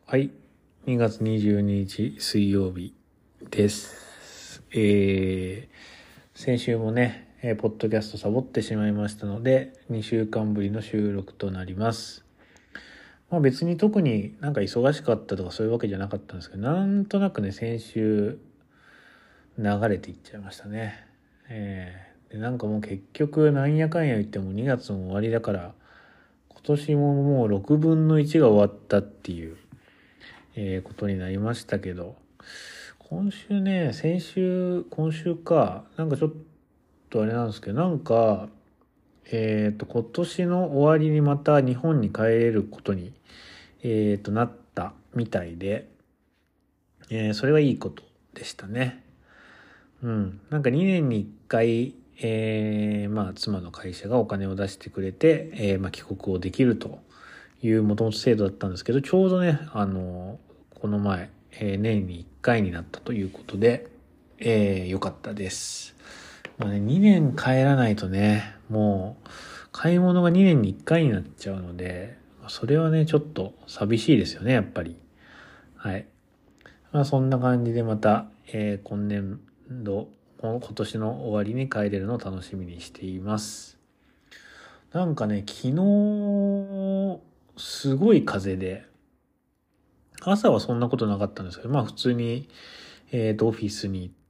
はい。2月22日水曜日です。先週もね、ポッドキャストサボってしまいましたので、2週間ぶりの収録となります。まあ別に特になんか忙しかったとかそういうわけじゃなかったんですけど、なんとなくね、先週流れていっちゃいましたね。でなんかもう結局なんやかんや言っても2月も終わりだから、今年ももう6分の1が終わったっていう、ことになりましたけど、今週か、なんかちょっとあれなんですけど、なんか、今年の終わりにまた日本に帰れることに、なったみたいで、それはいいことでしたね。うん。なんか2年に1回、まあ、妻の会社がお金を出してくれて、まあ、帰国をできるというもともと制度だったんですけど、ちょうどね、この前、年に1回になったということで、よかったです。まあね、2年帰らないとね、もう、買い物が2年に1回になっちゃうので、それはね、ちょっと寂しいですよね、やっぱり。はい。まあ、そんな感じでまた、今年度、今年の終わりに帰れるのを楽しみにしています。なんかね、昨日、すごい風で、朝はそんなことなかったんですけど、まあ普通に、オフィスに行って、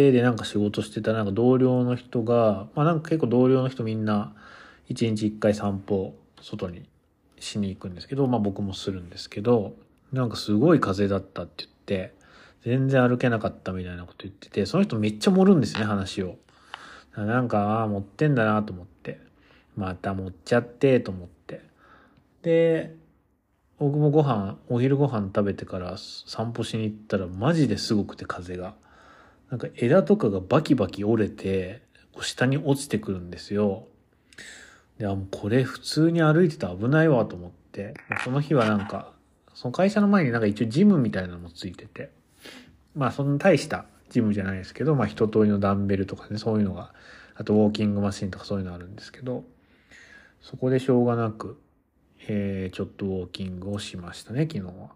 で、なんか仕事してたなんか同僚の人が、まあなんか結構同僚の人みんな、一日一回散歩、外にしに行くんですけど、まあ僕もするんですけど、なんかすごい風だったって言って、全然歩けなかったみたいなこと言ってて、その人めっちゃ盛るんですね、話を。なんか、持ってんだなと思って。また持っちゃってと思って。で、僕もお昼ご飯食べてから散歩しに行ったらマジですごくて風が。なんか枝とかがバキバキ折れて、こう下に落ちてくるんですよ。で、もうこれ普通に歩いてたら危ないわと思って、その日はなんか、その会社の前になんか一応ジムみたいなのもついてて、まあそんな大したジムじゃないですけど、まあ一通りのダンベルとかね、そういうのが、あとウォーキングマシンとかそういうのあるんですけど、そこでしょうがなく、ちょっとウォーキングをしましたね、昨日は。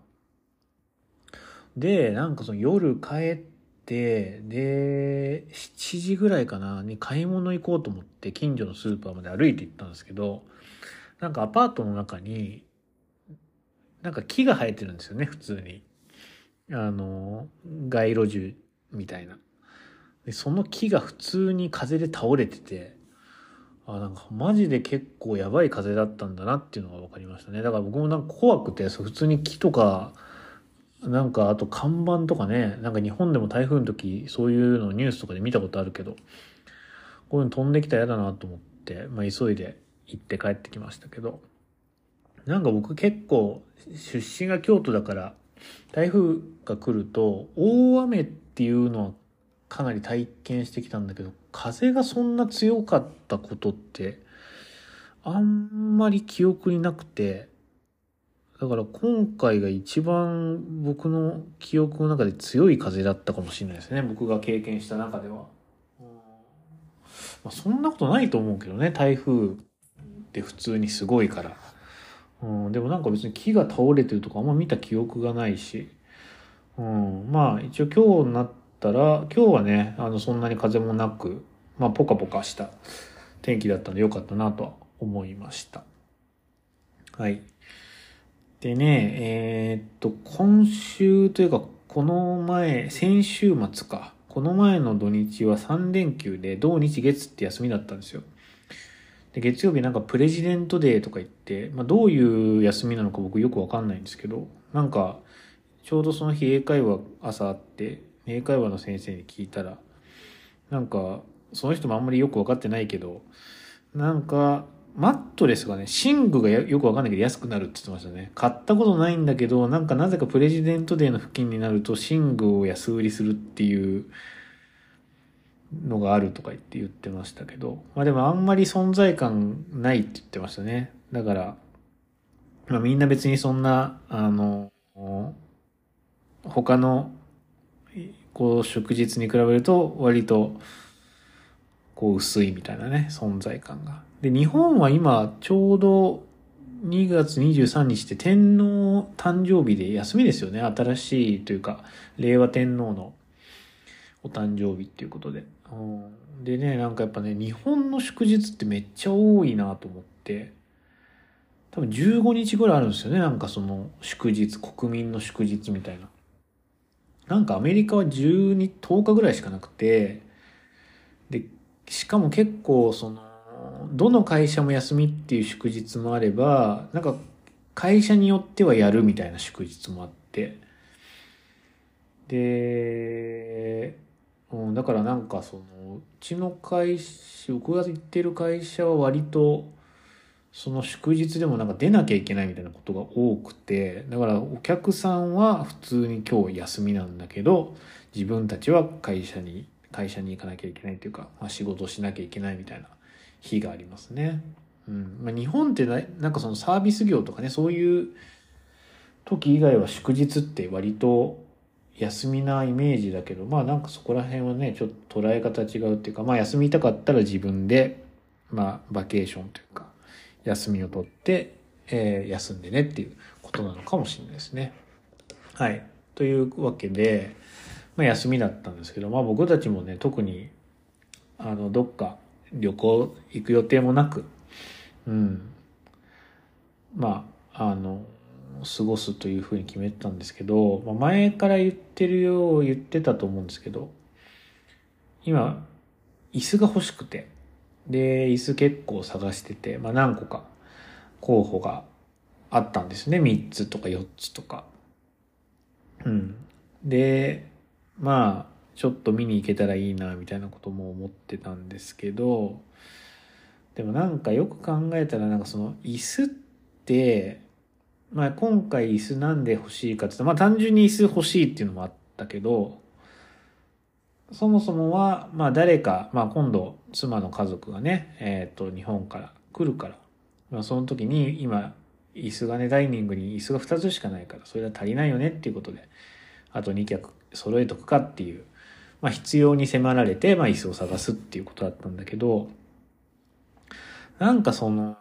で、なんかその夜帰って、で、7時ぐらいかな、に買い物行こうと思って近所のスーパーまで歩いて行ったんですけど、なんかアパートの中に、なんか木が生えてるんですよね、普通に。街路樹みたいな。で、その木が普通に風で倒れてて、なんかマジで結構やばい風だったんだなっていうのが分かりましたね。だから僕もなんか怖くて、普通に木とか、なんかあと看板とかね、なんか日本でも台風の時そういうのニュースとかで見たことあるけど、こういうの飛んできたら嫌だなと思って、まあ急いで行って帰ってきましたけど、なんか僕結構出身が京都だから、台風が来ると大雨っていうのはかなり体験してきたんだけど、風がそんな強かったことってあんまり記憶になくて、だから今回が一番僕の記憶の中で強い風だったかもしれないですね。僕が経験した中では。まあ、そんなことないと思うけどね、台風って普通にすごいから。でもなんか別に木が倒れてるとかあんま見た記憶がないし。まあ一応今日になったら、今日はね、そんなに風もなく、まあポカポカした天気だったので良かったなとは思いました。はい。でね、今週というか、先週末か。この前の土日は3連休で、土日月って休みだったんですよ。で、月曜日なんかプレジデントデーとか言って、まあどういう休みなのか僕よくわかんないんですけど、なんか、ちょうどその日英会話朝あって、英会話の先生に聞いたら、なんか、その人もあんまりよくわかってないけど、なんか、マットレスがね、寝具がよくわかんないけど安くなるって言ってましたね。買ったことないんだけど、なんかなぜかプレジデントデーの付近になると寝具を安売りするっていうのがあるとか言ってましたけど、まあでもあんまり存在感ないって言ってましたね。だから、まあみんな別にそんな、他の、こう、祝日に比べると割と、こう薄いみたいなね、存在感が。で、日本は今、ちょうど 2月23日って天皇誕生日で休みですよね。新しいというか、令和天皇のお誕生日っていうことで。でね、なんかやっぱね、日本の祝日ってめっちゃ多いなと思って、多分15日ぐらいあるんですよね。なんかその祝日、国民の祝日みたいな。なんかアメリカは12、10日ぐらいしかなくて、で、しかも結構その、どの会社も休みっていう祝日もあれば、なんか会社によってはやるみたいな祝日もあって、で、だからなんかその、うちの会社、僕が行ってる会社は割と、その祝日でもなんか出なきゃいけないみたいなことが多くて、だからお客さんは普通に今日休みなんだけど、自分たちは会社に行かなきゃいけないというか、仕事をしなきゃいけないみたいな日がありますね。日本ってなんかそのサービス業とかね、そういう時以外は祝日って割と休みなイメージだけど、なんかそこら辺はね、ちょっと捉え方違うっていうか、休みたかったら自分で、バケーションというか、休みを取って、休んでねっていうことなのかもしれないですね。はい。というわけで、休みだったんですけど、僕たちもね、特に、どっか旅行行く予定もなく、うん。過ごすというふうに決めてたんですけど、前から言ってたと思うんですけど、今、椅子が欲しくて、で、椅子結構探してて、何個か候補があったんですね。3つとか4つとか。で、ちょっと見に行けたらいいな、みたいなことも思ってたんですけど、でもなんかよく考えたら、なんかその椅子って、今回椅子なんで欲しいかって言ったら、単純に椅子欲しいっていうのもあったけど、そもそもは、誰か、今度、妻の家族がね、日本から来るから、その時に今、椅子がね、ダイニングに椅子が2つしかないから、それは足りないよねっていうことで、あと2脚揃えとくかっていう、必要に迫られて、椅子を探すっていうことだったんだけど、なんかその、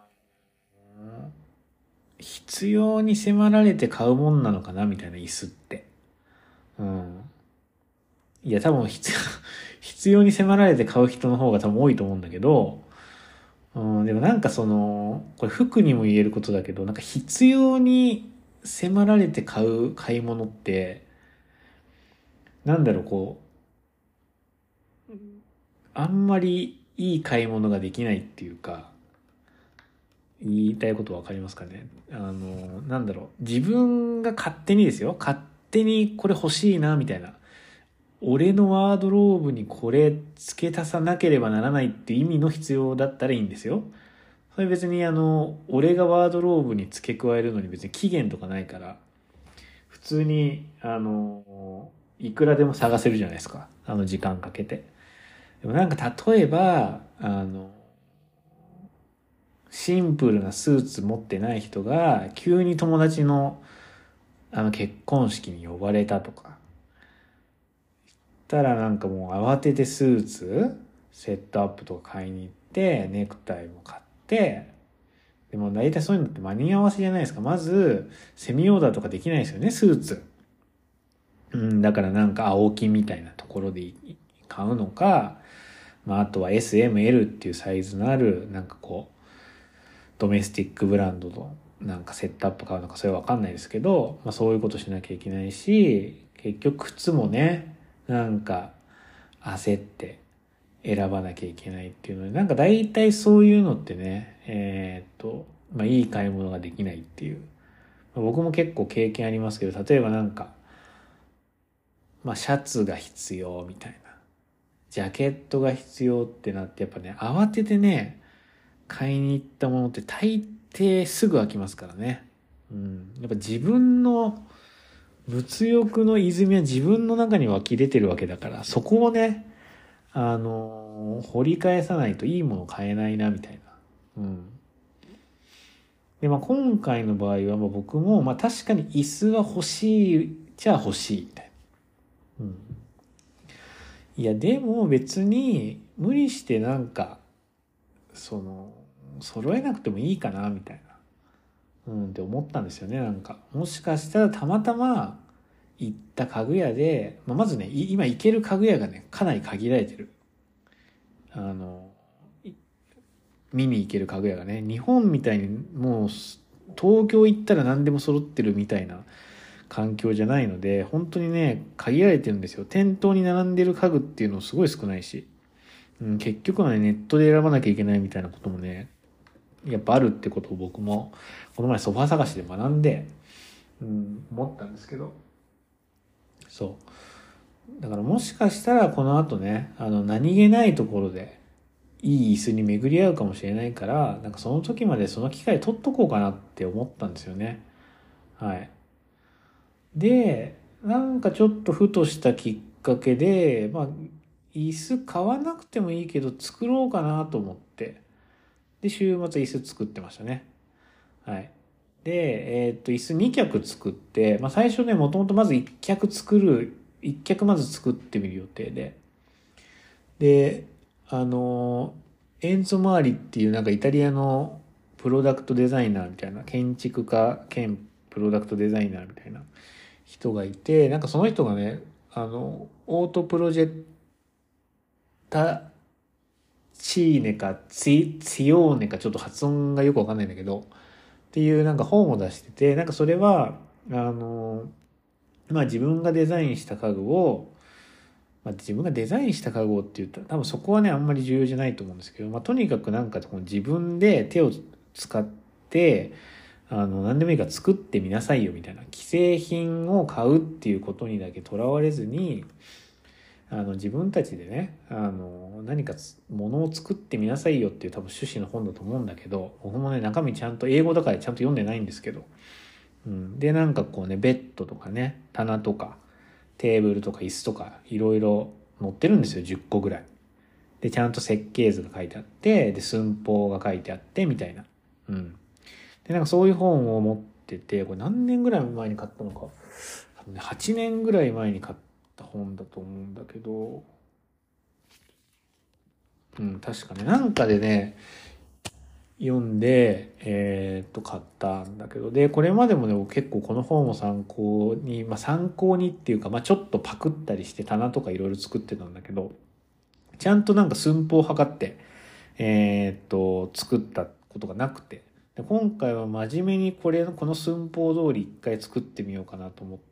必要に迫られて買うもんなのかなみたいな椅子って。いや、多分必要に迫られて買う人の方が多分多いと思うんだけど、でもなんかその、これ服にも言えることだけど、なんか必要に迫られて買う買い物って、なんだろう、あんまりいい買い物ができないっていうか、言いたいことわかりますかね。なんだろう、自分が勝手にですよ、勝手にこれ欲しいな、みたいな。俺のワードローブにこれ付け足さなければならないって意味の必要だったらいいんですよ。それ別に俺がワードローブに付け加えるのに別に期限とかないから、普通に、いくらでも探せるじゃないですか。時間かけて。でもなんか例えば、シンプルなスーツ持ってない人が、急に友達の、結婚式に呼ばれたとか。たらなんかもう慌ててスーツ、セットアップとか買いに行って、ネクタイも買って、でも大体そういうのって間に合わせじゃないですか。まず、セミオーダーとかできないですよね、スーツ。だからなんか青木みたいなところで買うのか、あとは SML っていうサイズのある、なんかドメスティックブランドのなんかセットアップ買うのかそれはわかんないですけど、そういうことしなきゃいけないし、結局靴もね、なんか焦って選ばなきゃいけないっていうので、なんか大体そういうのってね、いい買い物ができないっていう。僕も結構経験ありますけど、例えばなんか、シャツが必要みたいな。ジャケットが必要ってなって、やっぱね、慌ててね、買いに行ったものって大抵すぐ飽きますからね。やっぱ自分の物欲の泉は自分の中に湧き出てるわけだから、そこをね、掘り返さないといいもの買えないな、みたいな。で、今回の場合は、僕も、確かに椅子は欲しいじゃ欲しい、みたいな。いや、でも別に、無理して揃えなくてもいいかな、みたいな。 って思ったんですよね。なんかもしかしたらたまたま行った家具屋で、まずね今行ける家具屋がねかなり限られてる。見に行ける家具屋がね、日本みたいにもう東京行ったら何でも揃ってるみたいな環境じゃないので、本当にね限られてるんですよ。店頭に並んでる家具っていうのすごい少ないし、結局はねネットで選ばなきゃいけないみたいなこともねやっぱあるってことを僕もこの前ソファ探しで学んで、思ったんですけど、そうだからもしかしたらこの後ね何気ないところでいい椅子に巡り合うかもしれないから、なんかその時までその機会取っとこうかなって思ったんですよね。はい。で、なんかちょっとふとしたきっかけで、椅子買わなくてもいいけど作ろうかなと思って、で、週末椅子作ってましたね。はい。で、椅子2脚作って、最初ね、もともとまず1脚まず作ってみる予定で、で、エンゾ・マーリっていうなんかイタリアのプロダクトデザイナーみたいな、建築家兼プロダクトデザイナーみたいな人がいて、なんかその人がね、オートプロジェタチーネかツヨーネかちょっと発音がよくわかんないんだけど、っていうなんか本を出してて、なんかそれは、自分がデザインした家具を、自分がデザインした家具をって言ったら多分そこはねあんまり重要じゃないと思うんですけど、とにかくなんかこの自分で手を使って何でもいいから作ってみなさいよみたいな、既製品を買うっていうことにだけとらわれずに自分たちでね何かものを作ってみなさいよっていう多分趣旨の本だと思うんだけど、僕もね中身ちゃんと英語だからちゃんと読んでないんですけど、でなんかこうねベッドとかね棚とかテーブルとか椅子とかいろいろ載ってるんですよ、10個ぐらい。でちゃんと設計図が書いてあって、で寸法が書いてあってみたいな。でなんかそういう本を持ってて、これ何年ぐらい前に買ったのか、多分ね8年ぐらい前に買った本だと思うんだけど、確かねなんかでね読んで、買ったんだけど、でこれまでもね結構この本を参考に、参考にっていうか、ちょっとパクったりして棚とかいろいろ作ってたんだけど、ちゃんとなんか寸法を測って、作ったことがなくて、で今回は真面目にこの寸法通り一回作ってみようかなと思って、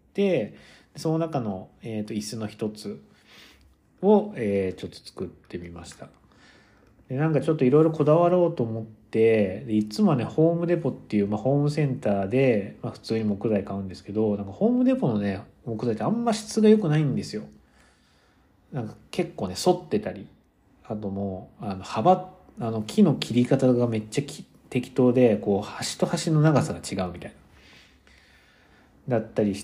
その中の、椅子の一つを、ちょっと作ってみました。でなんかちょっといろいろこだわろうと思って、でいつもねホームデポっていう、ホームセンターで、普通に木材買うんですけど、なんかホームデポのね木材ってあんま質が良くないんですよ。なんか結構ね反ってたり、あともう木の切り方がめっちゃ適当で、こう端と端の長さが違うみたいなだったりして、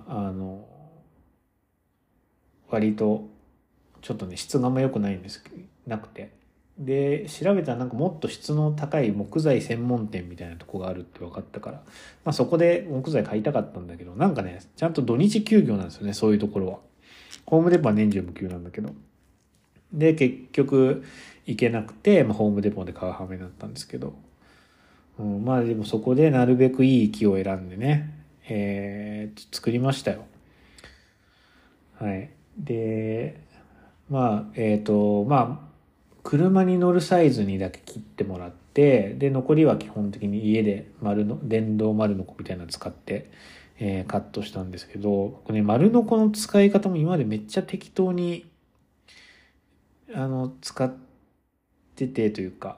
割とちょっとね質があんま良くないんですなくて、で調べたらなんかもっと質の高い木材専門店みたいなとこがあるって分かったから、そこで木材買いたかったんだけど、なんかねちゃんと土日休業なんですよね、そういうところは。ホームデポは年中無休なんだけど、で結局行けなくて、ホームデポで買う羽目だったんですけど、でもそこでなるべくいい木を選んでね、作りましたよ。はい。で車に乗るサイズにだけ切ってもらって、で残りは基本的に家で電動丸ノコみたいなの使って、カットしたんですけど、これね丸ノコの使い方も今までめっちゃ適当に使っててというか、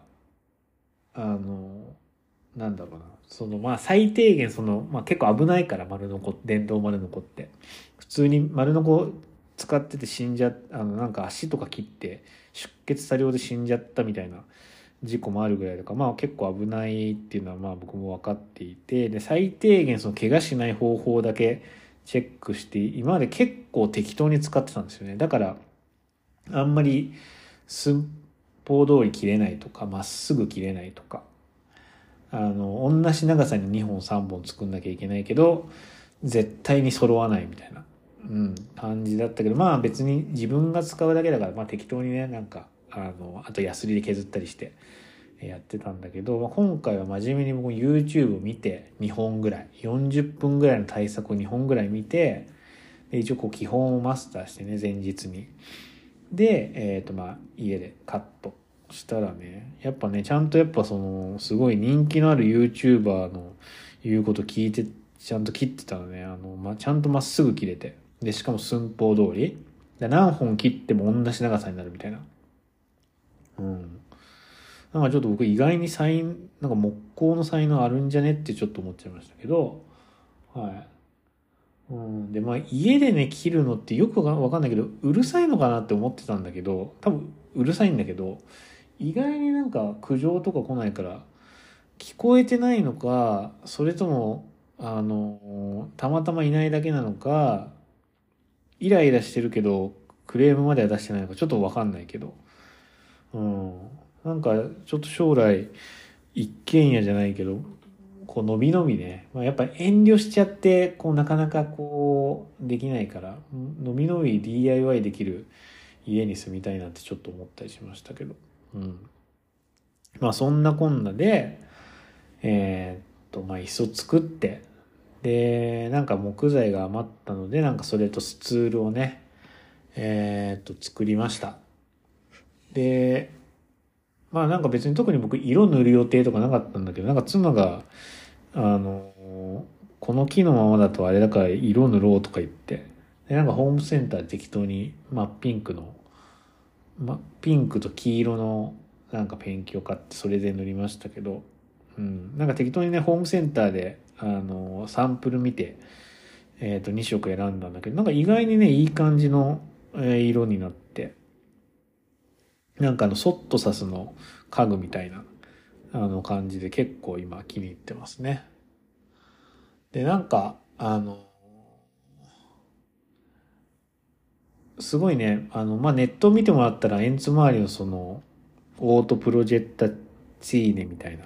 なんだろうな、最低限結構危ないから、電動丸ノコって普通に丸ノコ使ってて死んじゃなんか足とか切って出血多量で死んじゃったみたいな事故もあるぐらいだから、結構危ないっていうのは僕も分かっていて、で最低限怪我しない方法だけチェックして、今まで結構適当に使ってたんですよね。だからあんまり寸法通り切れないとか、まっすぐ切れないとか、同じ長さに2本3本作んなきゃいけないけど絶対に揃わないみたいな、感じだったけど、別に自分が使うだけだから、適当にねなんかあとヤスリで削ったりしてやってたんだけど、今回は真面目に僕 YouTube を見て2本ぐらい、40分ぐらいの対策を2本ぐらい見て、で一応こう基本をマスターしてね、前日に。で、家でカットしたらね、やっぱね、ちゃんとやっぱすごい人気のある YouTuber の言うこと聞いて、ちゃんと切ってたらね、ちゃんとまっすぐ切れて。で、しかも寸法通り。で何本切っても同じ長さになるみたいな。うん。なんかちょっと僕意外になんか木工の才能あるんじゃねってちょっと思っちゃいましたけど、はい。うん、で、家でね、切るのってよくわかんないけど、うるさいのかなって思ってたんだけど、多分うるさいんだけど、意外になんか苦情とか来ないから、聞こえてないのか、それとも、たまたまいないだけなのか、イライラしてるけど、クレームまでは出してないのか、ちょっとわかんないけど、うん。なんか、ちょっと将来、一軒家じゃないけど、こう、のびのびね、やっぱ遠慮しちゃって、こう、なかなかこう、できないから、のびのび DIY できる家に住みたいなってちょっと思ったりしましたけど。うん。そんなこんなで、椅子を作って、で、なんか木材が余ったので、なんかそれとスツールをね、作りました。で、なんか別に特に僕色塗る予定とかなかったんだけど、なんか妻が、あの、この木のままだとあれだから色塗ろうとか言って、で、なんかホームセンターで適当に真っピンクの、ピンクと黄色のなんかペンキを買ってそれで塗りましたけど、うん、なんか適当にね、ホームセンターで、サンプル見て、2色選んだんだけど、なんか意外にね、いい感じの、色になって、なんかソットサスの家具みたいな、感じで結構今気に入ってますね。で、なんか、すごいね、ネットを見てもらったら、エンツ周りのオートプロジェッタチーネみたいな、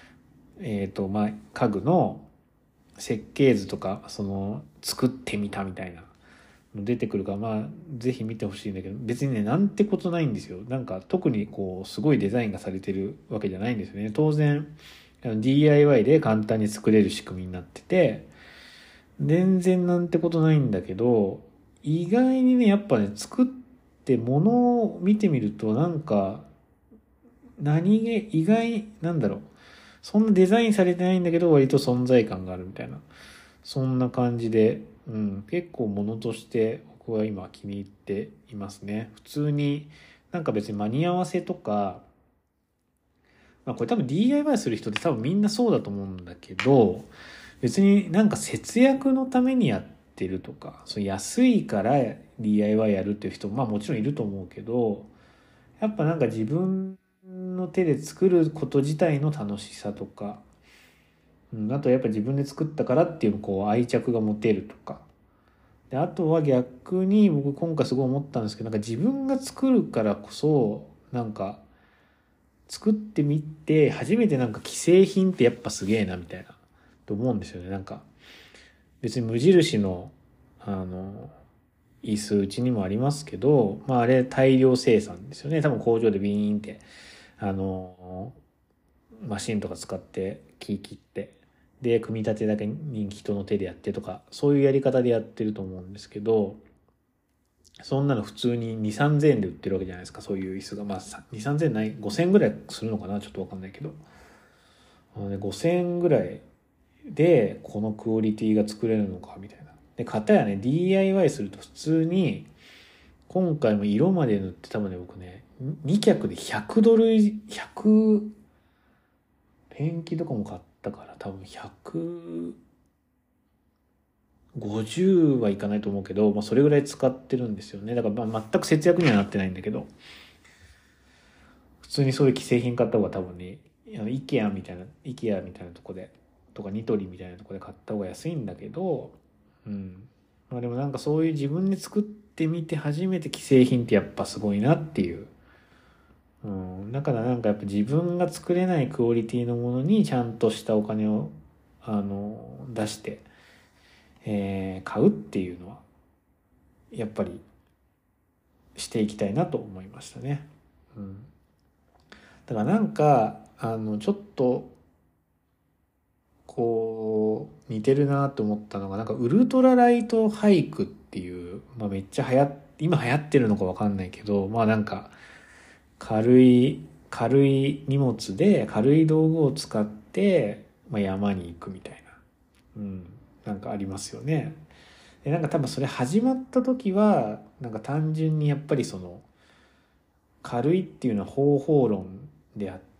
家具の設計図とか、作ってみたみたいなの出てくるから、ぜひ見てほしいんだけど、別にね、なんてことないんですよ。なんか、特にこう、すごいデザインがされてるわけじゃないんですよね。当然、DIY で簡単に作れる仕組みになってて、全然なんてことないんだけど、意外にね、やっぱね、作って物を見てみると、なんか、意外、なんだろう。そんなデザインされてないんだけど、割と存在感があるみたいな。そんな感じで、うん、結構物として僕は今気に入っていますね。普通に、なんか別に間に合わせとか、これ多分 DIY する人って多分みんなそうだと思うんだけど、別になんか節約のためにやってるとか、安いから DIY やるっていう人ももちろんいると思うけど、やっぱなんか自分の手で作ること自体の楽しさとか、あとやっぱ自分で作ったからっていうこう愛着が持てるとか。で、あとは逆に僕今回すごい思ったんですけど、なんか自分が作るからこそ、なんか作ってみて初めてなんか既製品ってやっぱすげえなみたいなと思うんですよね。なんか別に無印の椅子うちにもありますけど、あれ大量生産ですよね。多分工場でビーンってあのマシンとか使って木切ってで組み立てだけに人の手でやってとかそういうやり方でやってると思うんですけど、そんなの普通に2、3000円で売ってるわけじゃないですか。そういう椅子が2、3000円ない、5000円ぐらいするのかな、ちょっとわかんないけど、5000円ぐらいでこのクオリティが作れるのかみたいな。で片やね DIY すると普通に今回も色まで塗って多分ね僕ね2脚で$100、100ペンキとかも買ったから多分150はいかないと思うけど、それぐらい使ってるんですよね。だから全く節約にはなってないんだけど、普通にそういう既製品買った方が多分ね、IKEA みたいなとこで、とかニトリみたいなとこで買った方が安いんだけど、うん。でもなんかそういう自分で作ってみて初めて既製品ってやっぱすごいなっていう。うん。だからなんかやっぱ自分が作れないクオリティのものにちゃんとしたお金を、出して、買うっていうのは、やっぱりしていきたいなと思いましたね。うん。だからなんか、 ちょっとこう似てるなと思ったのが、なんかウルトラライトハイクっていう、まあ、めっちゃ今流行ってるのかわかんないけど、まあなんか軽い荷物で軽い道具を使って、まあ、山に行くみたいな、なんかありますよね。でなんか多分それ始まった時はなんか単純にやっぱりその軽いっていうのは方法論であって、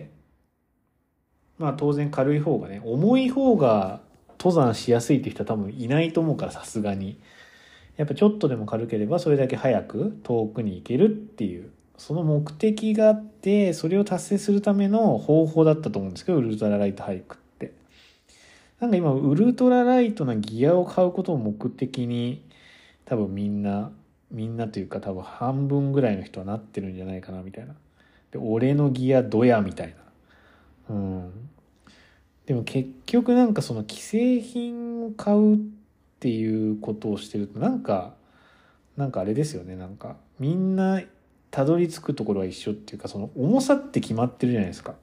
まあ当然軽い方がね、重い方が登山しやすいっていう人は多分いないと思うから、さすがに。やっぱちょっとでも軽ければそれだけ早く遠くに行けるっていう、その目的があって、それを達成するための方法だったと思うんですけど、ウルトラライトハイクって。なんか今、ウルトラライトなギアを買うことを目的に、多分みんなというか多分半分ぐらいの人はなってるんじゃないかなみたいな。で、俺のギアどやみたいな。でも結局なんかその既製品を買うっていうことをしてるとなんかあれですよね。なんかみんなたどり着くところは一緒っていうか、その重さって決まってるじゃないですか。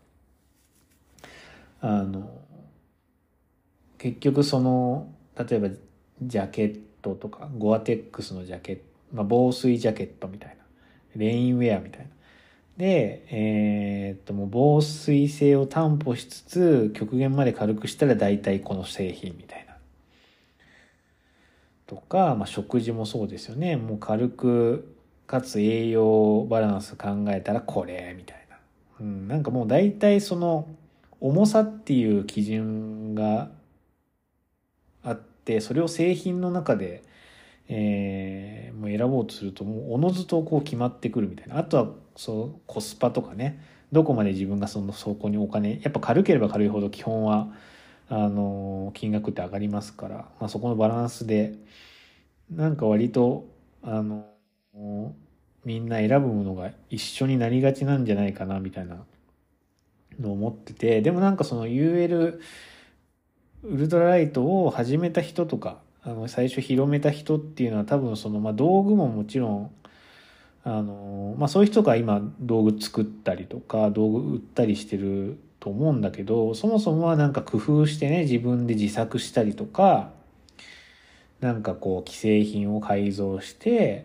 あの結局その例えばジャケットとかゴアテックスのジャケット、まあ、防水ジャケットみたいな、レインウェアみたいなで、もう防水性を担保しつつ極限まで軽くしたら大体この製品みたいなとか、まあ、食事もそうですよね。もう軽くかつ栄養バランス考えたらこれみたいな、なんかもう大体その重さっていう基準があって、それを製品の中で、もう選ぼうとするともうおのずとこう決まってくるみたいな。あとはそうコスパとかね、どこまで自分がそこにお金、やっぱ軽ければ軽いほど基本は金額って上がりますから、まあ、そこのバランスでなんか割とみんな選ぶものが一緒になりがちなんじゃないかなみたいなのを思ってて、でもなんかその UL ウルトラライトを始めた人とか最初広めた人っていうのは多分その、まあ、道具ももちろんまあ、そういう人が今道具作ったりとか道具売ったりしてると思うんだけど、そもそもはなんか工夫してね、自分で自作したりとか、なんかこう既製品を改造して、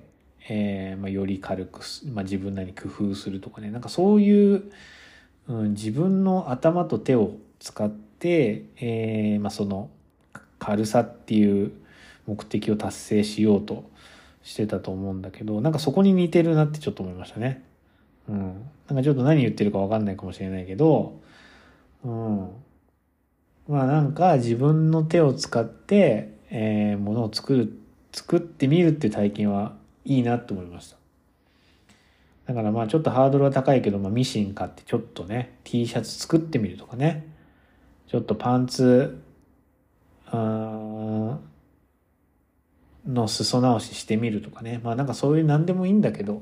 まあ、より軽くまあ、自分なりに工夫するとかね、なんかそういう、自分の頭と手を使って、まあ、その軽さっていう目的を達成しようとしてたと思うんだけど、なんかそこに似てるなってちょっと思いましたね。なんかちょっと何言ってるか分かんないかもしれないけど、まあなんか自分の手を使って、ものを作ってみるっていう体験はいいなと思いました。だからまあちょっとハードルは高いけど、まあ、ミシン買ってちょっとね T シャツ作ってみるとかね、ちょっとパンツの裾直ししてみるとかね、まあなんかそういう何でもいいんだけど、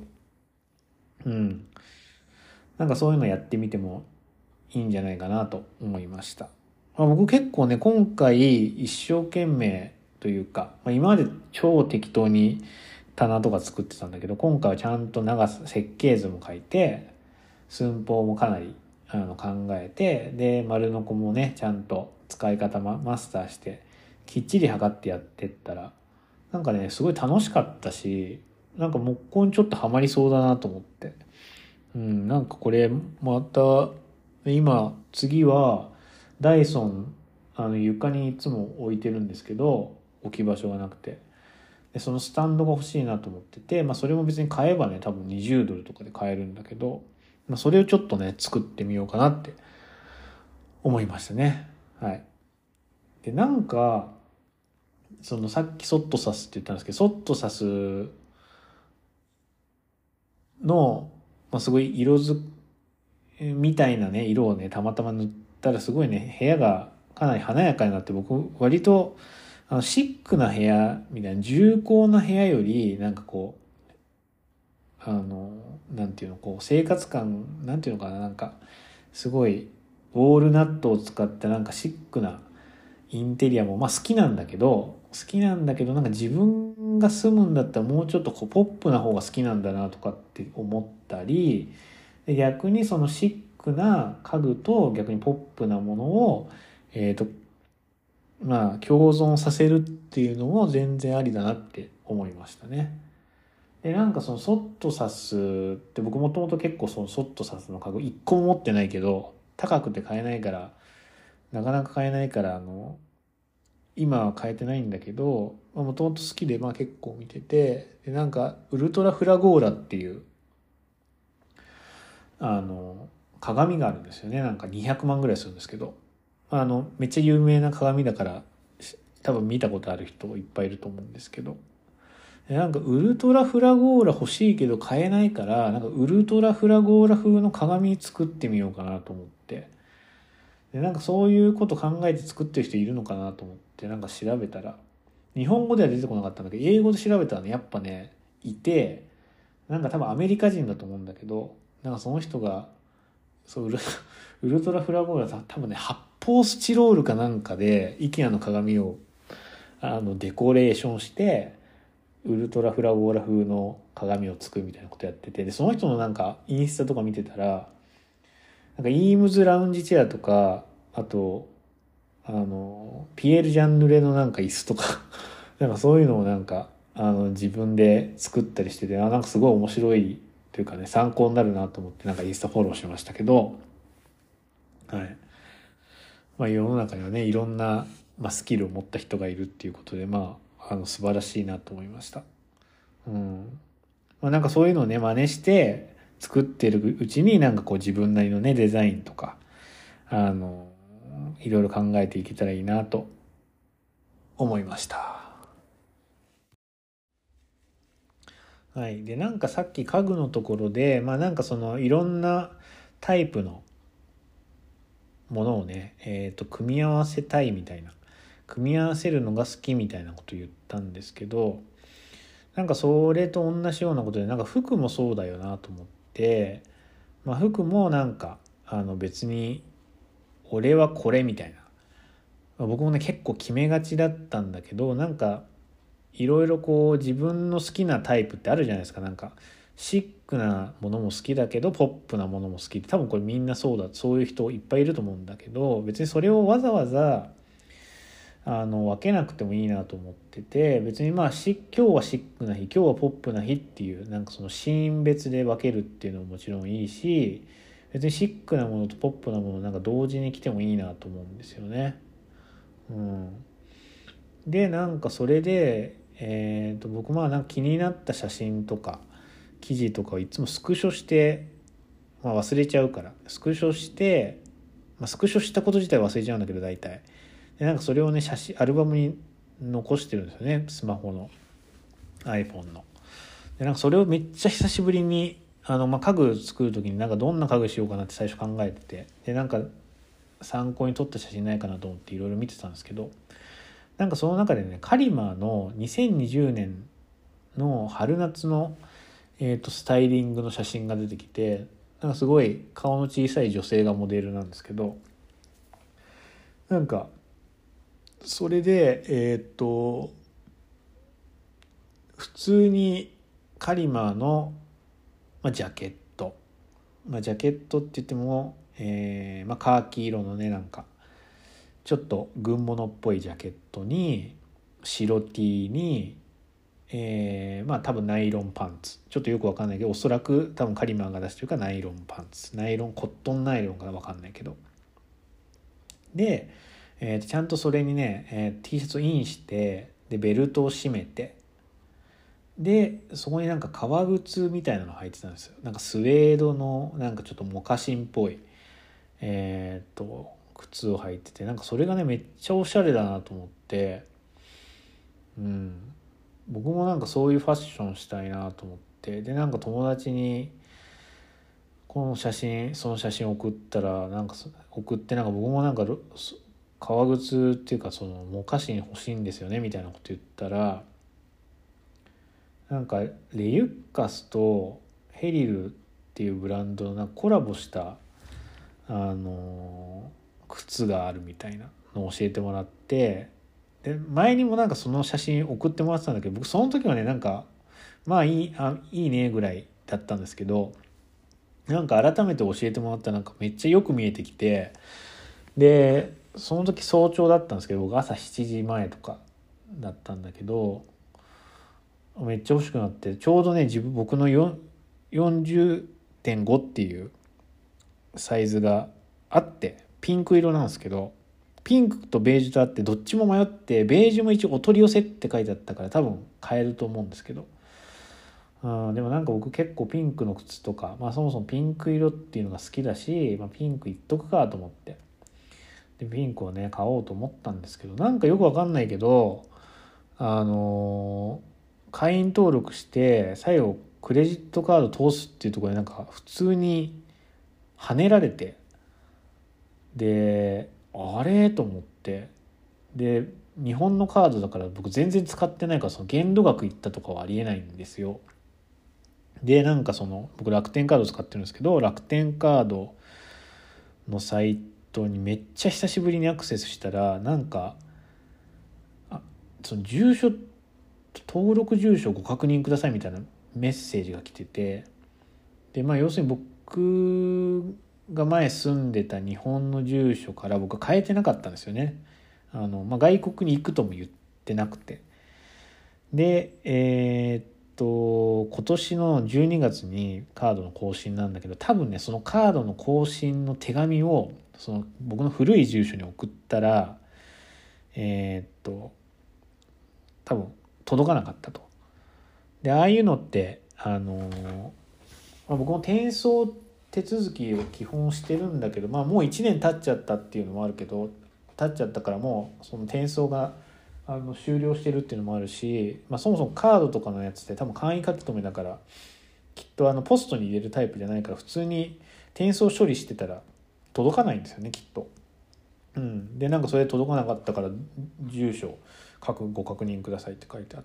なんかそういうのやってみてもいいんじゃないかなと思いました。まあ、僕結構ね今回一生懸命というか、まあ、今まで超適当に棚とか作ってたんだけど、今回はちゃんと長さ設計図も書いて寸法もかなり考えて、で丸ノコもねちゃんと使い方マスターしてきっちり測ってやってったら、なんかねすごい楽しかったし、なんか木工にちょっとハマりそうだなと思って、なんかこれまた次はダイソン床にいつも置いてるんですけど、置き場所がなくて、でそのスタンドが欲しいなと思ってて、まあ、それも別に買えばね多分20ドルとかで買えるんだけど、まあ、それをちょっとね作ってみようかなって思いましたね。はい。でなんかそのさっきソットサスって言ったんですけど、ソットサスの、まあ、すごいみたいなね色をねたまたま塗ったらすごいね部屋がかなり華やかになって、僕割とシックな部屋みたいな重厚な部屋よりなんかこうなんていうの、こう生活感なんていうのかな、なんかすごいウォールナットを使ったなんかシックなインテリアもまあ好きなんだけどなんか自分が住むんだったらもうちょっとこうポップな方が好きなんだなとかって思ったり、で逆にそのシックな家具と逆にポップなものを、共存させるっていうのも全然ありだなって思いましたね。で、なんかそのソットサスって僕もともと結構そのソットサスの家具一個も持ってないけど、高くて買えないから、なかなか買えないから、今は買えてないんだけど、もともと好きで、結構見てて、で、なんかウルトラフラゴーラっていう、鏡があるんですよね。なんか200万ぐらいするんですけど、めっちゃ有名な鏡だから、多分見たことある人いっぱいいると思うんですけど、なんかウルトラフラゴーラ欲しいけど買えないから、なんかウルトラフラゴーラ風の鏡作ってみようかなと思って、で、なんかそういうこと考えて作ってる人いるのかなと思って、なんか調べたら、日本語では出てこなかったんだけど、英語で調べたらね、やっぱね、いて、なんか多分アメリカ人だと思うんだけど、なんかその人が、そう、ウルトラフラゴーラ多分ね、発泡スチロールかなんかで、IKEA の鏡を、デコレーションして、ウルトラフラゴーラ風の鏡を作るみたいなことやってて、で、その人のなんかインスタとか見てたら、なんかイームズラウンジチェアとか、あと、ピエール・ジャンヌレのなんか椅子とかなんかそういうのをなんか、自分で作ったりしてて、なんかすごい面白いというかね、参考になるなと思って、なんかインスタフォローしましたけど、はい。世の中にはね、いろんな、スキルを持った人がいるっていうことで、素晴らしいなと思いました。うん。なんかそういうのをね、真似して作ってるうちに、なんかこう自分なりのね、デザインとか、いろいろ考えていけたらいいなと思いました。はい。で、なんかさっき家具のところで、なんかそのいろんなタイプのものをね、組み合わせたいみたいな、組み合わせるのが好きみたいなこと言ったんですけど、なんかそれと同じようなことで、なんか服もそうだよなと思って、服もなんか、別に、俺はこれみたいな。僕もね、結構決めがちだったんだけど、なんか、いろいろこう自分の好きなタイプってあるじゃないですか。なんかシックなものも好きだけどポップなものも好きって、多分これみんなそういう人いっぱいいると思うんだけど、別にそれをわざわざ分けなくてもいいなと思ってて、別に今日はシックな日、今日はポップな日っていう、なんかそのシーン別で分けるっていうのももちろんいいし、別にシックなものとポップなものなんか同時に来てもいいなと思うんですよね。うん。で、なんかそれで僕なんか気になった写真とか記事とかをいつもスクショして、忘れちゃうからスクショして、スクショしたこと自体忘れちゃうんだけど大体で、なんかそれをねアルバムに残してるんですよね、スマホの iPhone の。で、なんかそれをめっちゃ久しぶりに家具作る時になんかどんな家具しようかなって最初考えてて、でなんか参考に撮った写真ないかなと思っていろいろ見てたんですけど、なんかその中でね、カリマーの2020年の春夏の、スタイリングの写真が出てきて、なんかすごい顔の小さい女性がモデルなんですけど、なんかそれで普通にカリマーの、ジャケット、ジャケットって言っても、カーキ色のね、なんかちょっと軍物っぽいジャケットに白 T に、多分ナイロンパンツ、ちょっとよくわかんないけど、おそらく多分カリマーが出してるかナイロンパンツ、コットンナイロンかわかんないけど、で、ちゃんとそれにね、T シャツをインして、でベルトを締めて、でそこになんか革靴みたいなの履いてたんですよ。なんかスウェードのなんかちょっとモカシンっぽい靴を履いてて、なんかそれがねめっちゃおしゃれだなと思って、僕もなんかそういうファッションしたいなと思って、でなんか友達にその写真送ったら、なんか送って、なんか僕もなんか革靴っていうかそのモカシン欲しいんですよねみたいなこと言ったら、なんかレユッカスとヘリルっていうブランドのなんかコラボした靴があるみたいなのを教えてもらって、で前にもなんかその写真送ってもらってたんだけど、僕その時はねなんかいいねぐらいだったんですけど、 なんか改めて教えてもらったらなんかめっちゃよく見えてきて、でその時早朝だったんですけど、僕朝7時前とかだったんだけど、めっちゃ欲しくなって、ちょうどね僕の40.5っていうサイズがあって、ピンク色なんですけど、ピンクとベージュとあってどっちも迷って、ベージュも一応お取り寄せって書いてあったから多分買えると思うんですけど、でもなんか僕結構ピンクの靴とか、そもそもピンク色っていうのが好きだし、ピンクいっとくかと思って、でピンクをね買おうと思ったんですけど、なんかよくわかんないけど、会員登録して最後クレジットカード通すっていうところでなんか普通に跳ねられて、であれと思って、で日本のカードだから僕全然使ってないから、その限度額いったとかはありえないんですよ。でなんか僕楽天カード使ってるんですけど、楽天カードのサイトにめっちゃ久しぶりにアクセスしたら、なんかその登録住所をご確認くださいみたいなメッセージが来てて、で要するに僕が前住んでた日本の住所から僕は変えてなかったんですよね。外国に行くとも言ってなくて、で今年の12月にカードの更新なんだけど、多分ねそのカードの更新の手紙を僕の古い住所に送ったら、多分届かなかったと。でああいうのって僕も転送手続きを基本してるんだけど、もう1年経っちゃったっていうのもあるけど、経っちゃったからもうその転送が終了してるっていうのもあるし、そもそもカードとかのやつって多分簡易書き留めだから、きっとポストに入れるタイプじゃないから、普通に転送処理してたら届かないんですよね、きっと。でなんかそれ届かなかったから住所ご確認くださいって書いてあって、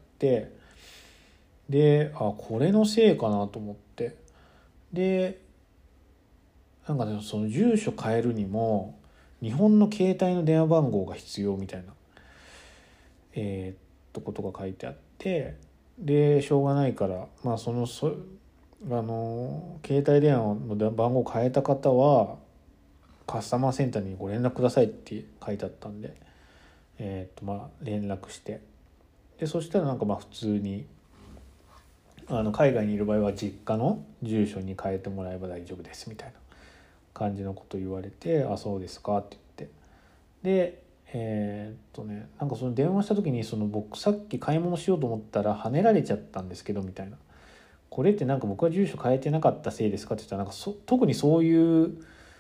でこれのせいかなと思って、でなんかねその住所変えるにも日本の携帯の電話番号が必要みたいなことが書いてあって、でしょうがないから、携帯電話の番号を変えた方はカスタマーセンターにご連絡くださいって書いてあったんで、連絡して、でそしたらなんか普通に海外にいる場合は実家の住所に変えてもらえば大丈夫ですみたいな感じのこと言われて、あそうですかって言って、でなんかその電話した時に僕さっき買い物しようと思ったら跳ねられちゃったんですけどみたいな、これってなんか僕は住所変えてなかったせいですかって言ったら、なんか特にそういう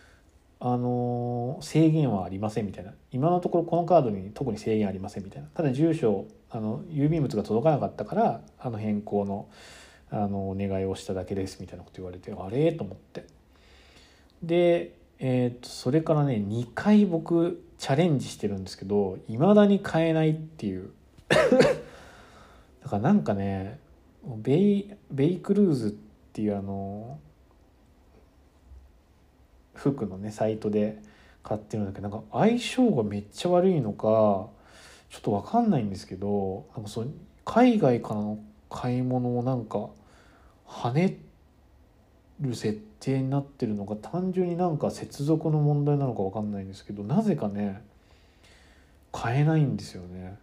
制限はありませんみたいな、今のところこのカードに特に制限ありませんみたいな、ただ住所郵便物が届かなかったから変更のお願いをしただけですみたいなこと言われて、あれと思って、でそれからね2回僕チャレンジしてるんですけど、未だに買えないっていうだからなんかねベイクルーズっていう服のねサイトで買ってるんだけど、なんか相性がめっちゃ悪いのかちょっと分かんないんですけど、なんか海外からの買い物をなんか跳ねる設定になってるのが、単純になんか接続の問題なのか分かんないんですけど、なぜかね買えないんですよね。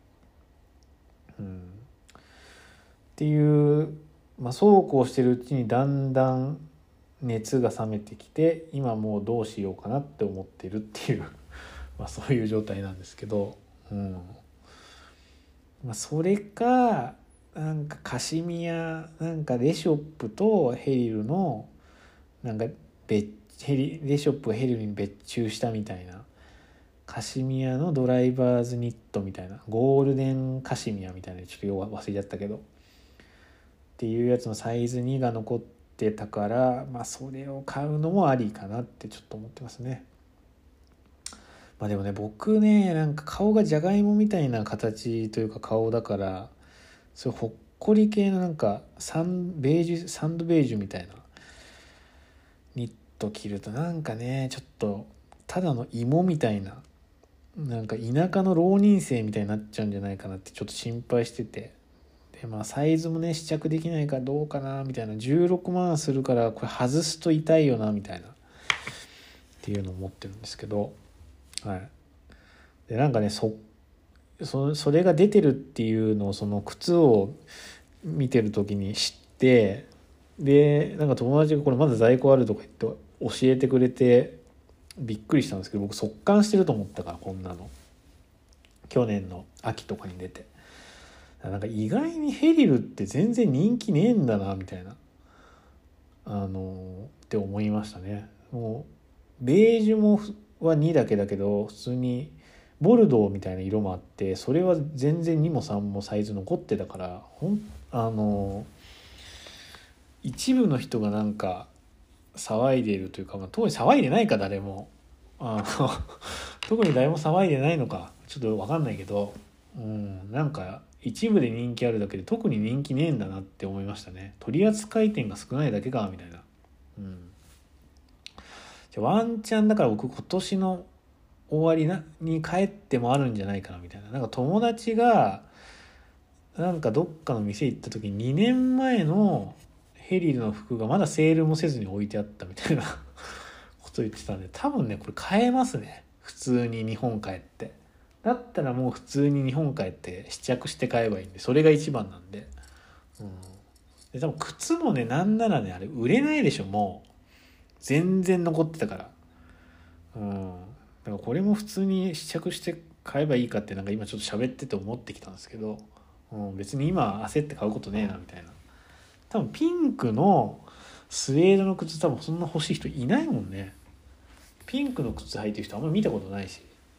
っていう、そうこうしてるうちにだんだん熱が冷めてきて、今もうどうしようかなって思ってるっていうそういう状態なんですけど、それかなんかカシミヤなんかレショップとヘリルのなんかレショップがヘリルに別注したみたいな、カシミヤのドライバーズニットみたいな、ゴールデンカシミヤみたいな、ちょっとよく忘れちゃったけどっていうやつのサイズ2が残ってたから、それを買うのもありかなってちょっと思ってますね。でもね僕ねなんか顔がじゃがいもみたいな形というか顔だから、そういうほっこり系のなんかサンドベージュみたいなニット着るとなんかねちょっとただの芋みたいな、なんか田舎の浪人生みたいになっちゃうんじゃないかなってちょっと心配してて、 でサイズもね試着できないからどうかなみたいな、16万するからこれ外すと痛いよなみたいなっていうのを思ってるんですけど、はい。でなんかねそれが出てるっていうのをその靴を見てる時に知って、でなんか友達がこれまだ在庫あるとか言って教えてくれてびっくりしたんですけど、僕速乾してると思ったから、こんなの去年の秋とかに出て、なんか意外にヘリルって全然人気ねえんだなみたいなって思いましたね。もうベージュもは2だけだけど普通にボルドーみたいな色もあって、それは全然2も3もサイズ残ってたから、一部の人がなんか騒いでいるというか、特に騒いでないか誰も特に誰も騒いでないのかちょっと分かんないけど、なんか一部で人気あるだけで特に人気ねえんだなって思いましたね。取扱店が少ないだけかみたいな。じゃワンチャンだから僕今年の終わりに帰ってもあるんじゃないかなみたいな。なんか友達がなんかどっかの店行った時に2年前のヘリルの服がまだセールもせずに置いてあったみたいなこと言ってたんで、多分ねこれ買えますね、普通に日本帰って。だったらもう普通に日本帰って試着して買えばいいんで、それが一番なんで。で多分靴もねなんならねあれ売れないでしょ、もう全然残ってたから。だからこれも普通に試着して買えばいいかってなんか今ちょっと喋ってて思ってきたんですけど、別に今焦って買うことねえなみたいな。多分ピンクのスウェードの靴多分そんな欲しい人いないもんね。ピンクの靴履いてる人あんま見たことないし、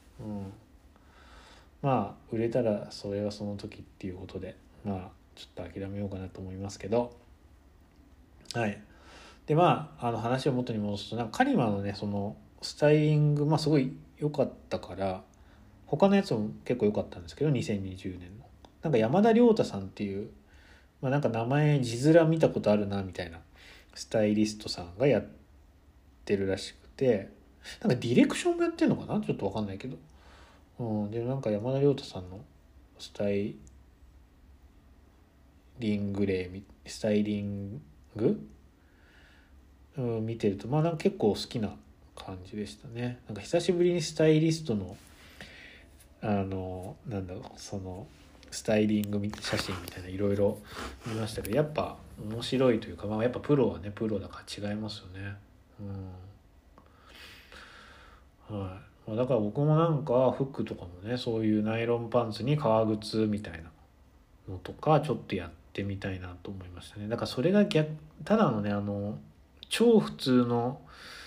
まあ売れたらそれはその時っていうことで、まあちょっと諦めようかなと思いますけど、はい。で話を元に戻すと、なんかカリマのねそのスタイリングすごい良かったから、他のやつも結構良かったんですけど、2020年のなんか山田亮太さんっていう、なんか名前字面見たことあるなみたいなスタイリストさんがやってるらしくて、なんかディレクションもやってるのかなちょっと分かんないけど、でなんか山田亮太さんのスタイリング見てるとなんか結構好きな感じでしたね。なんか久しぶりにスタイリストのなんだろう、そのスタイリング写真みたいないろいろ見ましたけど、やっぱ面白いというか、やっぱプロはねプロだから違いますよね。はい。だから僕もなんか服とかもね、そういうナイロンパンツに革靴みたいなのとかちょっとやってみたいなと思いましたね。だからそれがただのね超普通の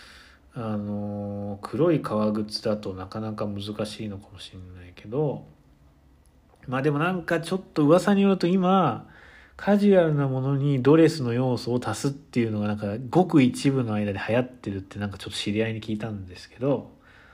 黒い革靴だとなかなか難しいのかもしれないけど、でもなんかちょっと噂によると今カジュアルなものにドレスの要素を足すっていうのがなんかごく一部の間で流行ってるってなんかちょっと知り合いに聞いたんですけど、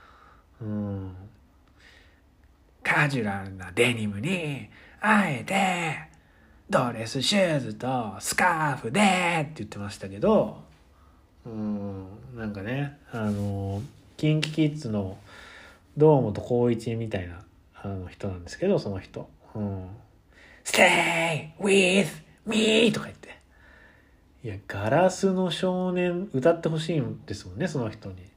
カジュアルなデニムにあえてドレスシューズとスカーフでって言ってましたけど、なんかねキンキキッズの堂本光一みたいな人なんですけど、その人、Stay with me とか言って、いやガラスの少年歌ってほしいんですもんね、その人に。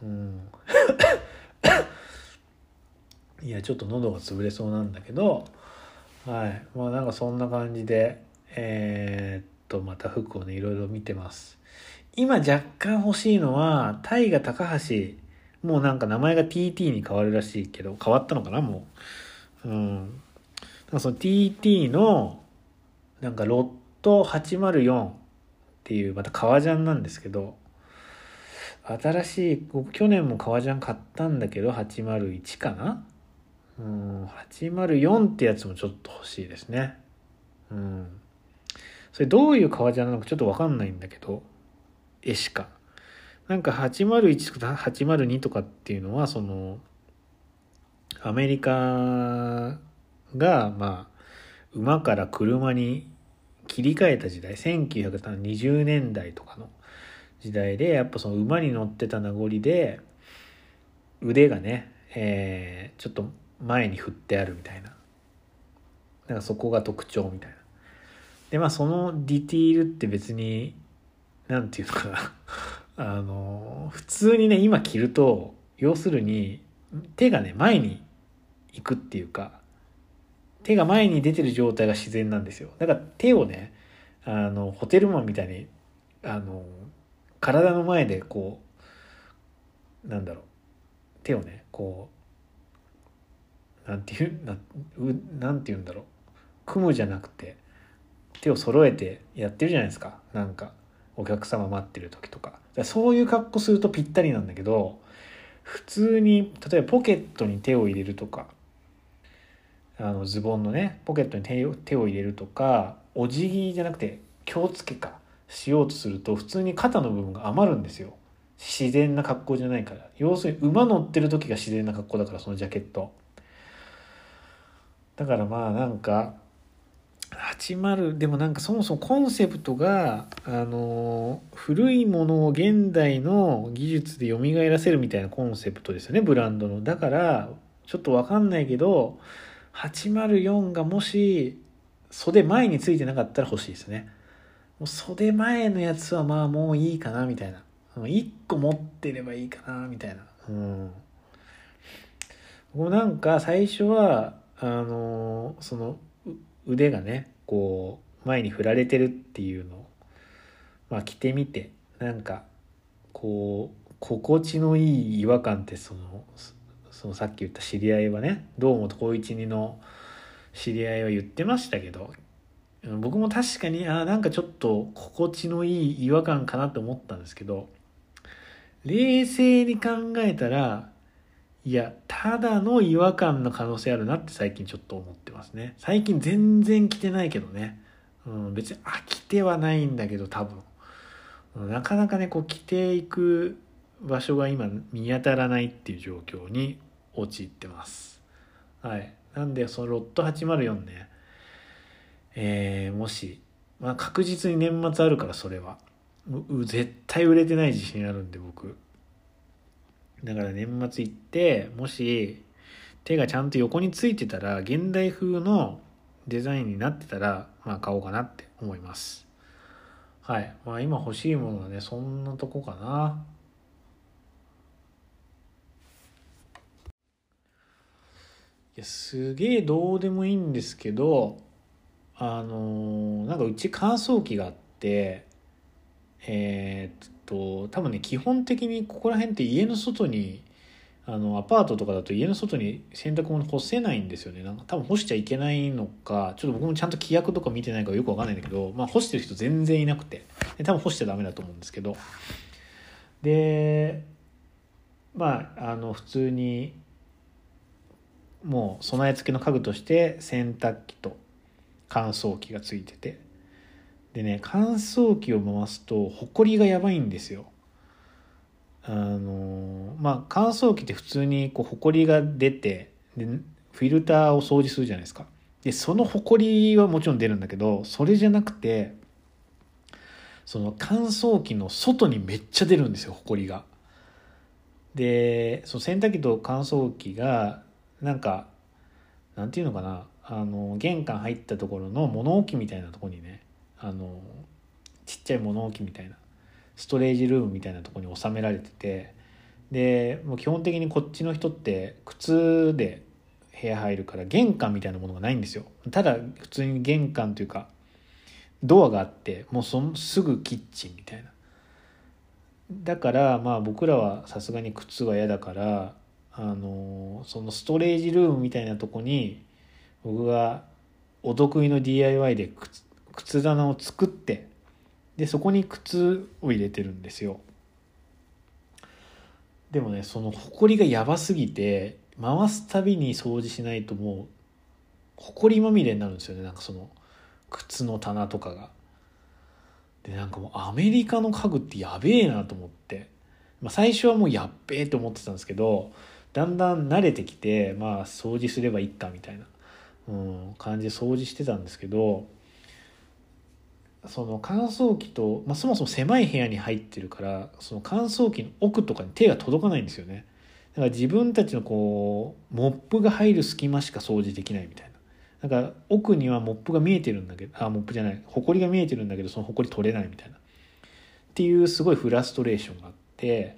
いやちょっと喉が潰れそうなんだけど、はい、なんかそんな感じでまた服をねいろいろ見てます。今若干欲しいのは大河高橋、もうなんか名前が TT に変わるらしいけど、変わったのかなもう。なんかその TT のなんかロット804っていうまた革ジャンなんですけど、新しい、僕去年も革ジャン買ったんだけど801かな、804ってやつもちょっと欲しいですね。それどういう革ジャンなのかちょっと分かんないんだけど、絵しかなんか801とか802とかっていうのはそのアメリカが馬から車に切り替えた時代、1920年代とかの時代で、やっぱその馬に乗ってた名残で腕がね、ちょっと前に振ってあるみたいな、なんかそこが特徴みたいな。 でまあそのディティールって別になんていうのかな普通にね今着ると要するに手がね前に行くっていうか手が前に出てる状態が自然なんですよ。だから手をねホテルマンみたいにあの体の前でこうなんだろう手をねこうなんていうんだろう組むじゃなくて手を揃えてやってるじゃないですか。なんかお客様待ってる時とか。だからそういう格好するとぴったりなんだけど普通に例えばポケットに手を入れるとかズボンのねポケットに手を入れるとかお辞儀じゃなくて気をつけかしようとすると普通に肩の部分が余るんですよ。自然な格好じゃないから。要するに馬乗ってる時が自然な格好だからそのジャケットだからまあなんか80でもなんかそもそもコンセプトが古いものを現代の技術で蘇らせるみたいなコンセプトですよねブランドの。だからちょっと分かんないけど804がもし袖前についてなかったら欲しいですね。もう袖前のやつはまあもういいかなみたいな1個持ってればいいかなみたいな。僕なんか最初はその腕がねこう前に振られてるっていうのをまあ着てみてなんかこう心地のいい違和感ってそのさっき言った知り合いはね堂本光一にの知り合いは言ってましたけど僕も確かになんかちょっと心地のいい違和感かなと思ったんですけど冷静に考えたらいやただの違和感の可能性あるなって最近ちょっと思ってますね。最近全然着てないけどね、別に飽きてはないんだけど多分、なかなかねこう着ていく場所が今見当たらないっていう状況に陥ってます。はい。なんでそのロット804ね、もし、まあ、確実に年末あるからそれは絶対売れてない自信あるんで僕だから年末行ってもし手がちゃんと横についてたら現代風のデザインになってたらまあ買おうかなって思います。はいまあ今欲しいものはねそんなとこかな。いやすげえどうでもいいんですけどなんかうち乾燥機があって多分ね基本的にここら辺って家の外にアパートとかだと家の外に洗濯物干せないんですよね。なんか多分干しちゃいけないのかちょっと僕もちゃんと規約とか見てないからよくわかんないんだけど、まあ、干してる人全然いなくてで多分干しちゃダメだと思うんですけどでまあ普通にもう備え付けの家具として洗濯機と乾燥機がついててでね乾燥機を回すとホコリがやばいんですよ。まあ乾燥機って普通にこうホコリが出てでフィルターを掃除するじゃないですか。でそのホコリはもちろん出るんだけどそれじゃなくてその乾燥機の外にめっちゃ出るんですよホコリが。でその洗濯機と乾燥機がなんかなんていうのかな玄関入ったところの物置みたいなところにねちっちゃい物置みたいなストレージルームみたいなところに収められててでもう基本的にこっちの人って靴で部屋入るから玄関みたいなものがないんですよ。ただ普通に玄関というかドアがあってもうすぐキッチンみたいな。だからまあ僕らはさすがに靴は嫌だからそのストレージルームみたいなとこに僕がお得意の DIY で靴棚を作ってでそこに靴を入れてるんですよ。でもねそのホコリがやばすぎて回すたびに掃除しないともうホコリまみれになるんですよね。なんかその靴の棚とかがでなんかもうアメリカの家具ってやべえなと思って、まあ、最初はもうやっべえと思ってたんですけどだんだん慣れてきてまあ掃除すればいいかみたいな、感じで掃除してたんですけどその乾燥機と、まあ、そもそも狭い部屋に入ってるからその乾燥機の奥とかに手が届かないんですよね。だから自分たちのこうモップが入る隙間しか掃除できないみたいな。 なんか奥にはモップが見えてるんだけど、モップじゃない、ホコリが見えてるんだけどそのホコリ取れないみたいなっていうすごいフラストレーションがあって、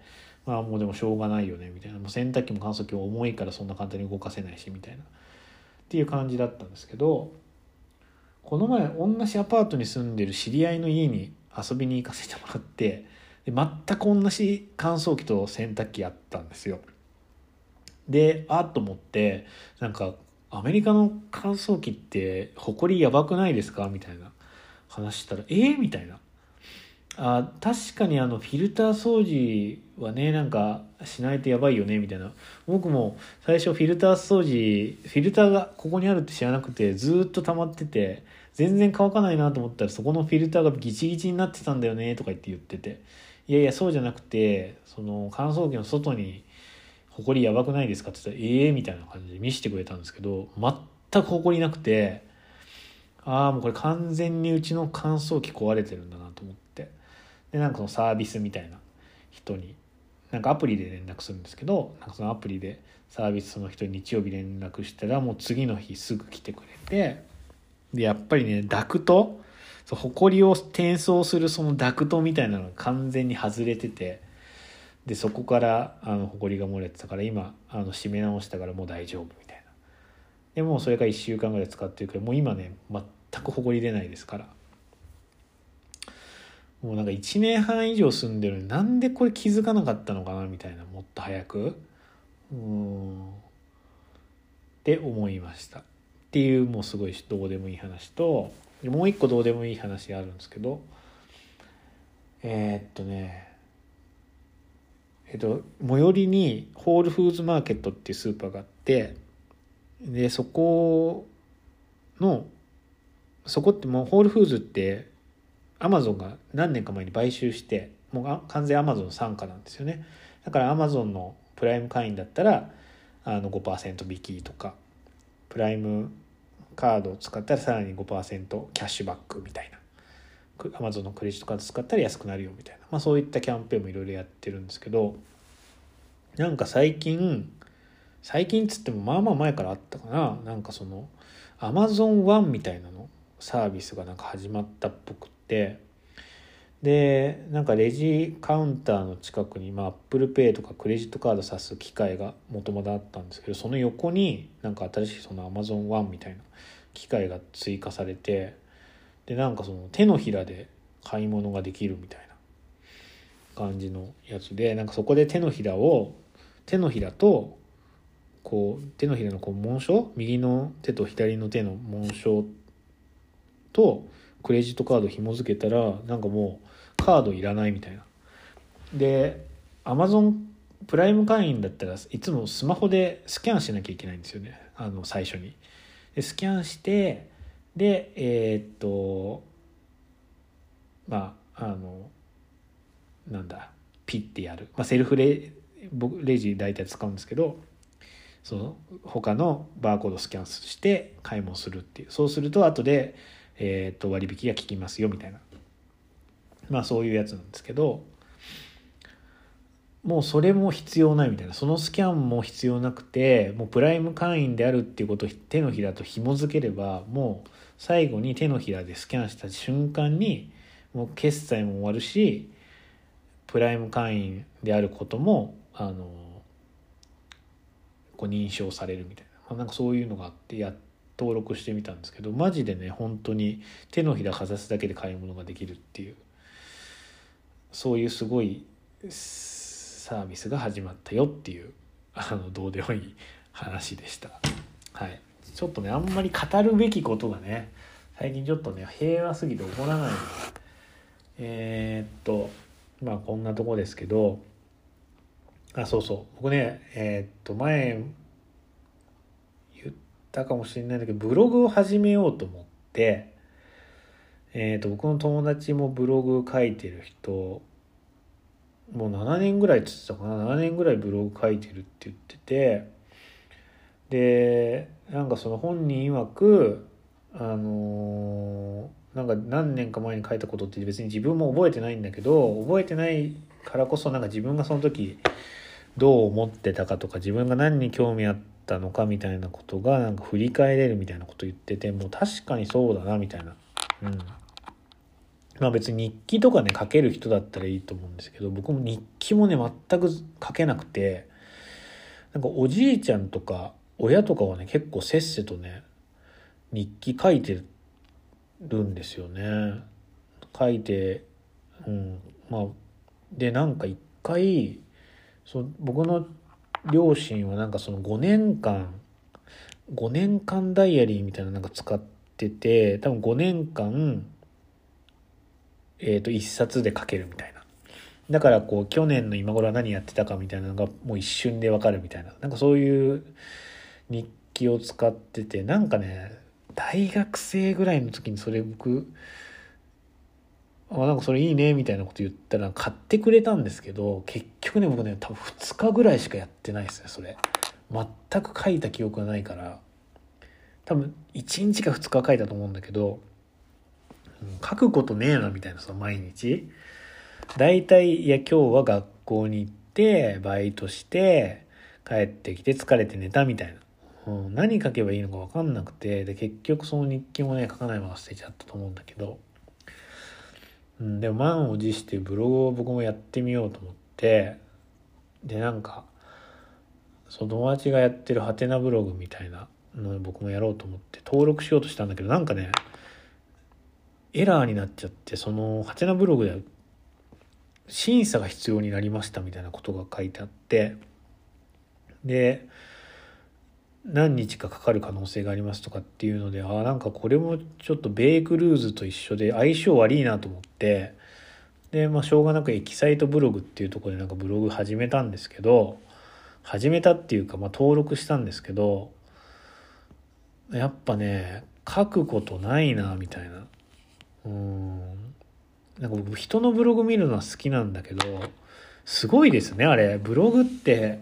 もうでもしょうがないよねみたいな、もう洗濯機も乾燥機も重いからそんな簡単に動かせないしみたいなっていう感じだったんですけど、この前同じアパートに住んでる知り合いの家に遊びに行かせてもらって、で全く同じ乾燥機と洗濯機あったんですよ。でと思って、なんかアメリカの乾燥機ってホコリやばくないですかみたいな話したらみたいな、確かにフィルター掃除はねなんかしないとやばいよねみたいな。僕も最初フィルター掃除、フィルターがここにあるって知らなくてずっと溜まってて全然乾かないなと思ったら、そこのフィルターがギチギチになってたんだよねとか言ってて、いやいやそうじゃなくて、その乾燥機の外にホコリやばくないですかって言ったらみたいな感じで見せてくれたんですけど、全くホコリなくて、もうこれ完全にうちの乾燥機壊れてるんだなと思って、でなんかそのサービスみたいな人になんかアプリで連絡するんですけど、なんかそのアプリでサービスの人に日曜日連絡したらもう次の日すぐ来てくれて、でやっぱりねダクト、ホコリを転送するそのダクトみたいなのが完全に外れてて、でそこからホコリが漏れてたから今締め直したからもう大丈夫みたいな。でもうそれから1週間ぐらい使ってるけど、もう今ね全くホコリ出ないですから。もうなんか1年半以上住んでるのになんでこれ気づかなかったのかなみたいな、もっと早くって思いましたっていう、もうすごいどうでもいい話と、もう一個どうでもいい話があるんですけど、最寄りにホールフーズマーケットっていうスーパーがあって、でそこってもうホールフーズってアマゾンが何年か前に買収して、もう完全アマゾン傘下なんですよね。だからアマゾンのプライム会員だったら5% 引きとか、プライムカードを使ったらさらに 5% キャッシュバックみたいな、アマゾンのクレジットカード使ったら安くなるよみたいな、そういったキャンペーンもいろいろやってるんですけど、なんか最近っつってもまあまあ前からあったかな、なんかそのアマゾンワンみたいなのサービスがなんか始まったっぽくって、でなんかレジカウンターの近くにApple Pay とかクレジットカード挿す機械がもともとあったんですけど、その横になんか新しいその Amazon One みたいな機械が追加されて、でなんかその手のひらで買い物ができるみたいな感じのやつで、なんかそこで手のひらとこう手のひらのこう紋章、右の手と左の手の紋章とクレジットカード紐付けたらなんかもうカードいらないみたいな。で Amazon プライム会員だったらいつもスマホでスキャンしなきゃいけないんですよね、最初に。でスキャンしてでなんだピッてやる、セルフレジ大体使うんですけど、その他のバーコードスキャンして買い物するっていう、そうすると後で、割引が効きますよみたいな、そういうやつなんですけど、もうそれも必要ないみたいな、そのスキャンも必要なくて、もうプライム会員であるっていうことを手のひらと紐付ければ、もう最後に手のひらでスキャンした瞬間にもう決済も終わるし、プライム会員であることもこう認証されるみたいな、なんかそういうのがあって登録してみたんですけど、マジでね本当に手のひらかざすだけで買い物ができるっていう、そういうすごいサービスが始まったよっていうどうでもいい話でした。はい、ちょっとねあんまり語るべきことがね最近ちょっとね平和すぎて起こらないので、こんなとこですけど、そう僕ね前言ったかもしれないんだけど、ブログを始めようと思って、僕の友達もブログ書いてる人もう7年ぐらいって言ってたかな、7年ぐらいブログ書いてるって言ってて、でなんかその本人曰くなんか何年か前に書いたことって別に自分も覚えてないんだけど、覚えてないからこそなんか自分がその時どう思ってたかとか、自分が何に興味あっったのかみたいなことがなんか振り返れるみたいなこと言ってて、もう確かにそうだなみたいな。まあ別に日記とかね書ける人だったらいいと思うんですけど、僕も日記もね全く書けなくて、なんかおじいちゃんとか親とかはね結構せっせとね日記書いてるんですよね。書いて、まあでなんか一回僕の両親はなんかその5年間ダイアリーみたいななんか使ってて、多分5年間一冊で書けるみたいな。だからこう去年の今頃は何やってたかみたいなのがもう一瞬でわかるみたいな、なんかそういう日記を使ってて、なんかね大学生ぐらいの時にそれ僕なんかそれいいねみたいなこと言ったら買ってくれたんですけど、結局ね僕ね多分2日ぐらいしかやってないですね。それ全く書いた記憶がないから、多分1日か2日書いたと思うんだけど、書くことねえなみたいな。その毎日だいたいいや今日は学校に行ってバイトして帰ってきて疲れて寝たみたいな、何書けばいいのか分かんなくて、で結局その日記もね書かないまま捨てちゃったと思うんだけど、でも満を持してブログを僕もやってみようと思って、でなんかその友達がやってるハテナブログみたいなのを僕もやろうと思って登録しようとしたんだけど、なんかねエラーになっちゃって、そのハテナブログで審査が必要になりましたみたいなことが書いてあって、で何日かかかる可能性がありますとかっていうので、なんかこれもちょっとベイクルーズと一緒で相性悪いなと思って、でしょうがなくエキサイトブログっていうところでなんかブログ始めたんですけど、始めたっていうか登録したんですけど、やっぱね書くことないなみたいな。なんか僕人のブログ見るのは好きなんだけど、すごいですねあれ。ブログって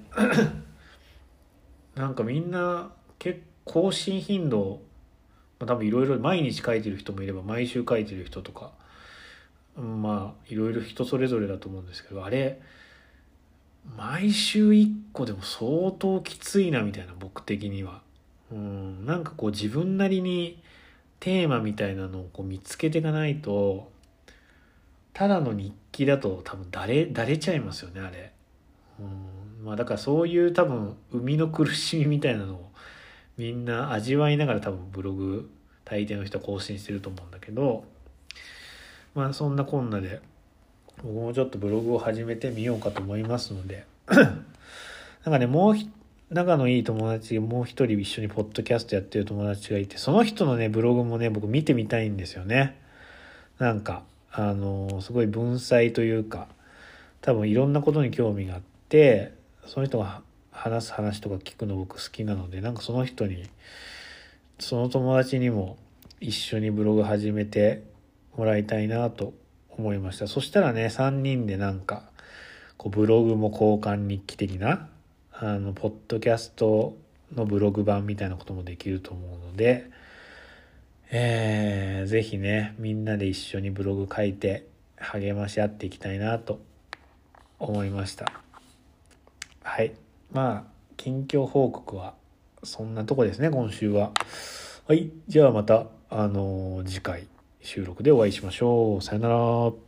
なんかみんな結構更新頻度、多分いろいろ毎日書いてる人もいれば毎週書いてる人とか、いろいろ人それぞれだと思うんですけど、あれ毎週1個でも相当きついなみたいな、僕的には。なんかこう自分なりにテーマみたいなのをこう見つけていかないと、ただの日記だと多分だれちゃいますよねあれ。だからそういう多分生みの苦しみみたいなのをみんな味わいながら多分ブログ大抵の人は更新してると思うんだけど、そんなこんなで僕もちょっとブログを始めてみようかと思いますのでなんかね仲のいい友達がもう一人一緒にポッドキャストやってる友達がいて、その人のねブログもね僕見てみたいんですよね。なんかすごい文才というか、多分いろんなことに興味があって、その人が話す話とか聞くの僕好きなので、なんかその友達にも一緒にブログ始めてもらいたいなと思いました。そしたらね3人でなんかこうブログも交換日記的なポッドキャストのブログ版みたいなこともできると思うので、ぜひねみんなで一緒にブログ書いて励まし合っていきたいなと思いました。はい、近況報告はそんなとこですね今週は。はい、じゃあまた次回収録でお会いしましょう。さよなら。